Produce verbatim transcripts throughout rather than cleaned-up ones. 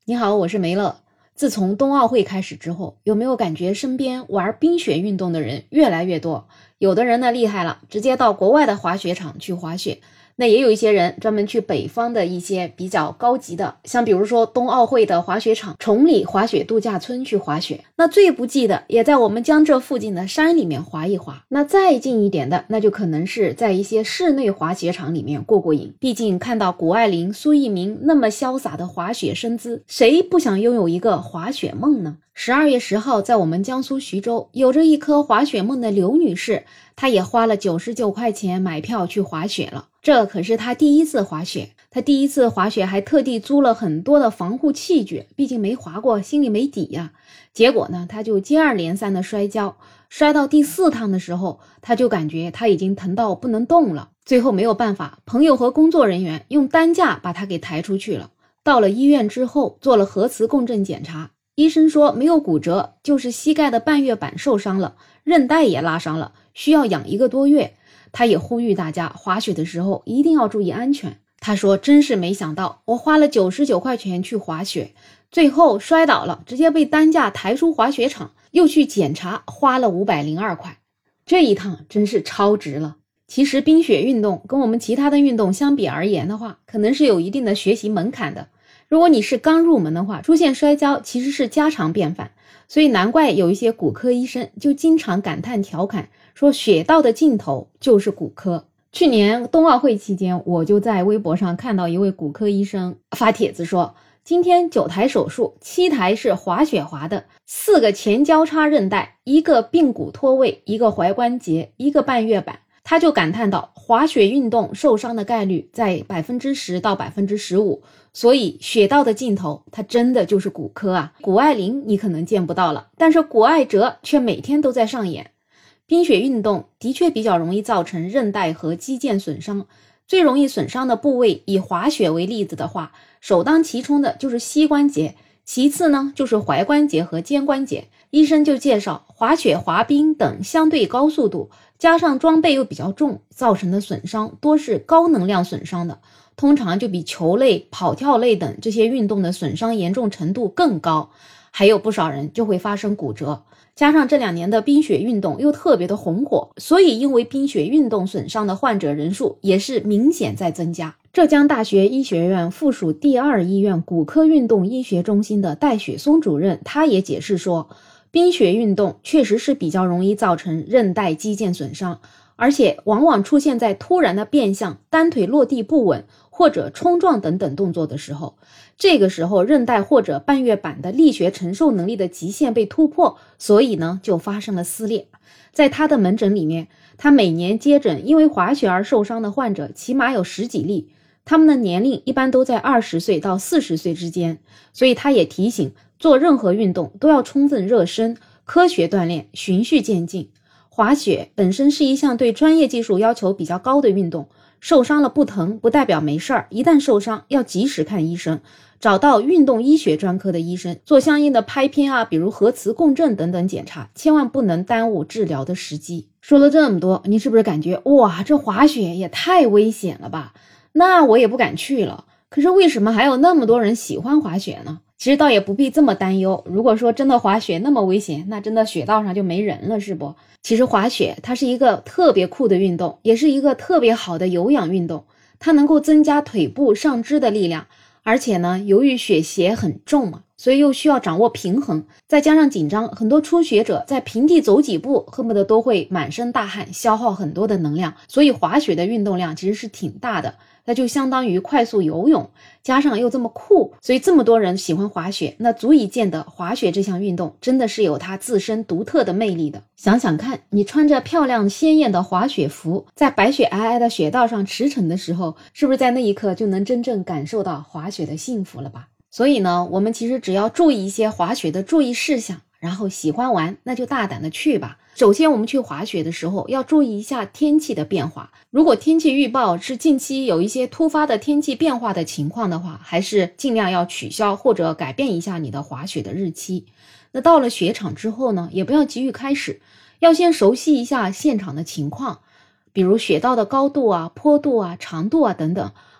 你好，我是梅乐。自从冬奥会开始之后，有没有感觉身边玩冰雪运动的人越来越多？有的人呢厉害了，直接到国外的滑雪场去滑雪。那也有一些人专门去北方的一些比较高级的，像比如说冬奥会的滑雪场崇礼滑雪度假村去滑雪。那最不济的也在我们江浙附近的山里面滑一滑。那再近一点的，那就可能是在一些室内滑雪场里面过过瘾。毕竟看到谷爱凌、苏翊鸣那么潇洒的滑雪身姿，谁不想拥有一个滑雪梦呢？十二月十号，在我们江苏徐州，有着一颗滑雪梦的刘女士，她也花了九十九块钱买票去滑雪了。这可是她第一次滑雪，她第一次滑雪还特地租了很多的防护器具，毕竟没滑过，心里没底呀。结果呢，她就接二连三的摔跤，摔到第四趟的时候，她就感觉她已经疼到不能动了。最后没有办法，朋友和工作人员用担架把她给抬出去了。到了医院之后，做了核磁共振检查。医生说没有骨折，就是膝盖的半月板受伤了，韧带也拉伤了，需要养一个多月。他也呼吁大家滑雪的时候一定要注意安全。他说真是没想到，我花了九十九块钱去滑雪，最后摔倒了，直接被担架抬出滑雪场，又去检查，花了五百零二块。这一趟真是超值了。其实冰雪运动跟我们其他的运动相比而言的话，可能是有一定的学习门槛的。如果你是刚入门的话，出现摔跤其实是家常便饭，所以难怪有一些骨科医生就经常感叹调侃说，雪道的尽头就是骨科。去年冬奥会期间，我就在微博上看到一位骨科医生发帖子说，今天九台手术，七台是滑雪滑的，四个前交叉韧带，一个髌骨脱位，一个踝关节，一个半月板。他就感叹到，滑雪运动受伤的概率在 百分之十 到 百分之十五， 所以雪道的尽头它真的就是骨科啊。谷爱凌你可能见不到了，但是谷爱哲却每天都在上演。冰雪运动的确比较容易造成韧带和肌腱损伤，最容易损伤的部位，以滑雪为例子的话，首当其冲的就是膝关节，其次呢就是踝关节和肩关节。医生就介绍，滑雪、滑冰等相对高速度，加上装备又比较重，造成的损伤多是高能量损伤的，通常就比球类、跑跳类等这些运动的损伤严重程度更高，还有不少人就会发生骨折。加上这两年的冰雪运动又特别的红火，所以因为冰雪运动损伤的患者人数也是明显在增加。浙江大学医学院附属第二医院骨科运动医学中心的戴雪松主任，他也解释说，冰雪运动确实是比较容易造成韧带肌腱损伤，而且往往出现在突然的变向、单腿落地不稳或者冲撞等等动作的时候。这个时候韧带或者半月板的力学承受能力的极限被突破，所以呢就发生了撕裂。在他的门诊里面，他每年接诊因为滑雪而受伤的患者起码有十几例，他们的年龄一般都在二十岁到四十岁之间。所以他也提醒，做任何运动都要充分热身，科学锻炼，循序渐进。滑雪本身是一项对专业技术要求比较高的运动，受伤了不疼不代表没事儿，一旦受伤要及时看医生，找到运动医学专科的医生做相应的拍片啊，比如核磁共振等等检查，千万不能耽误治疗的时机。说了这么多，你是不是感觉哇，这滑雪也太危险了吧？那我也不敢去了。可是为什么还有那么多人喜欢滑雪呢？其实倒也不必这么担忧，如果说真的滑雪那么危险，那真的雪道上就没人了，是不？其实滑雪它是一个特别酷的运动，也是一个特别好的有氧运动，它能够增加腿部上肢的力量，而且呢，由于雪鞋很重嘛，所以又需要掌握平衡，再加上紧张，很多初学者在平地走几步恨不得都会满身大汗，消耗很多的能量，所以滑雪的运动量其实是挺大的，那就相当于快速游泳，加上又这么酷，所以这么多人喜欢滑雪，那足以见得滑雪这项运动真的是有它自身独特的魅力的。想想看，你穿着漂亮鲜艳的滑雪服，在白雪皑皑的雪道上驰骋的时候，是不是在那一刻就能真正感受到滑雪的幸福了吧？所以呢，我们其实只要注意一些滑雪的注意事项，然后喜欢玩，那就大胆的去吧。首先我们去滑雪的时候要注意一下天气的变化，如果天气预报是近期有一些突发的天气变化的情况的话，还是尽量要取消或者改变一下你的滑雪的日期。那到了雪场之后呢，也不要急于开始，要先熟悉一下现场的情况，比如雪道的高度啊、坡度啊、长度啊等等，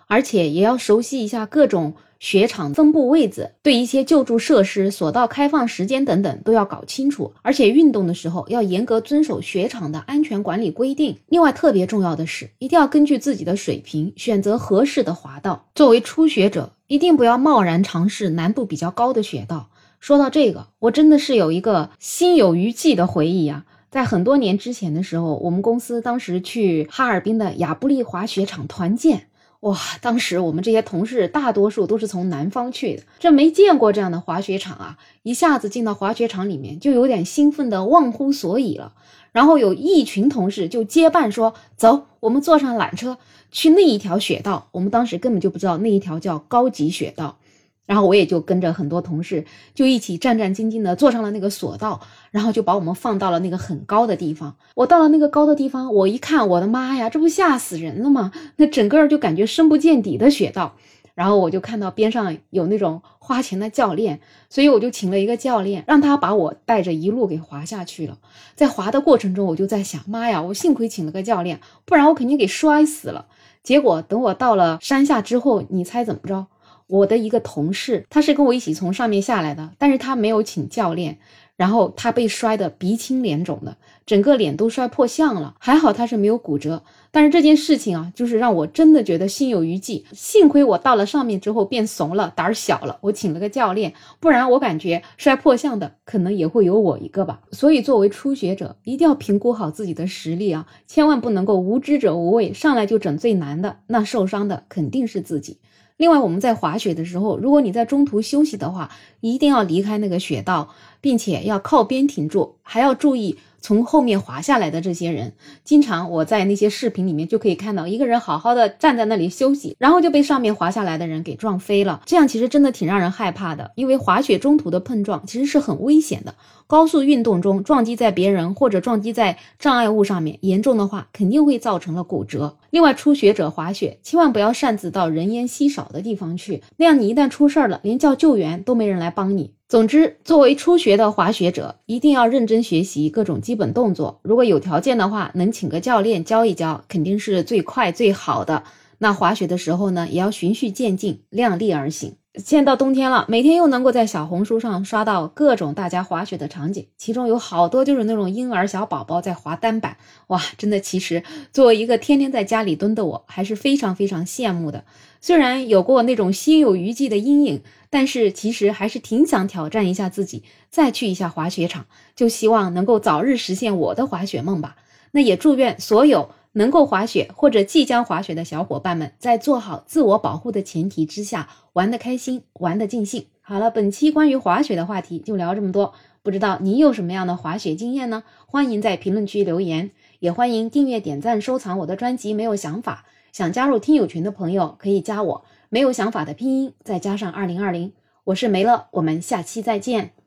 而且也要熟悉一下各种雪场分布位置，对一些救助设施、索道开放时间等等都要搞清楚，而且运动的时候要严格遵守雪场的安全管理规定。另外特别重要的是，一定要根据自己的水平选择合适的滑道。作为初学者，一定不要贸然尝试难度比较高的雪道。说到这个，我真的是有一个心有余悸的回忆啊。在很多年之前的时候，我们公司当时去哈尔滨的亚布力滑雪场团建。哇，当时我们这些同事大多数都是从南方去的，这没见过这样的滑雪场啊，一下子进到滑雪场里面就有点兴奋的忘乎所以了。然后有一群同事就结伴说，走，我们坐上缆车去那一条雪道。我们当时根本就不知道那一条叫高级雪道，然后我也就跟着很多同事就一起战战兢兢的坐上了那个索道，然后就把我们放到了那个很高的地方。我到了那个高的地方，我一看，我的妈呀，这不吓死人了吗？那整个就感觉深不见底的雪道。然后我就看到边上有那种花钱的教练，所以我就请了一个教练，让他把我带着一路给滑下去了。在滑的过程中，我就在想，妈呀，我幸亏请了个教练，不然我肯定给摔死了。结果等我到了山下之后，你猜怎么着？我的一个同事，他是跟我一起从上面下来的，但是他没有请教练，然后他被摔得鼻青脸肿的，整个脸都摔破相了。还好他是没有骨折，但是这件事情啊，就是让我真的觉得心有余悸。幸亏我到了上面之后变怂了，胆儿小了，我请了个教练，不然我感觉摔破相的可能也会有我一个吧。所以作为初学者，一定要评估好自己的实力啊，千万不能够无知者无畏，上来就整最难的，那受伤的肯定是自己。另外我们在滑雪的时候，如果你在中途休息的话，一定要离开那个雪道，并且要靠边停住，还要注意从后面滑下来的这些人。经常我在那些视频里面就可以看到一个人好好的站在那里休息，然后就被上面滑下来的人给撞飞了，这样其实真的挺让人害怕的。因为滑雪中途的碰撞其实是很危险的，高速运动中撞击在别人或者撞击在障碍物上面，严重的话肯定会造成了骨折。另外初学者滑雪千万不要擅自到人烟稀少的地方去，那样你一旦出事了，连叫救援都没人来帮你。总之，作为初学的滑雪者，一定要认真学习各种基本动作，如果有条件的话，能请个教练教一教，肯定是最快最好的。那滑雪的时候呢，也要循序渐进，量力而行。现在到冬天了，每天又能够在小红书上刷到各种大家滑雪的场景，其中有好多就是那种婴儿小宝宝在滑单板。哇，真的，其实作为一个天天在家里蹲的我，还是非常非常羡慕的。虽然有过那种心有余悸的阴影，但是其实还是挺想挑战一下自己，再去一下滑雪场，就希望能够早日实现我的滑雪梦吧。那也祝愿所有能够滑雪或者即将滑雪的小伙伴们，在做好自我保护的前提之下，玩得开心，玩得尽兴。好了，本期关于滑雪的话题就聊这么多，不知道你有什么样的滑雪经验呢？欢迎在评论区留言，也欢迎订阅点赞收藏我的专辑没有想法。想加入听友群的朋友可以加我，没有想法的拼音再加上二零二零，我是梅乐，我们下期再见。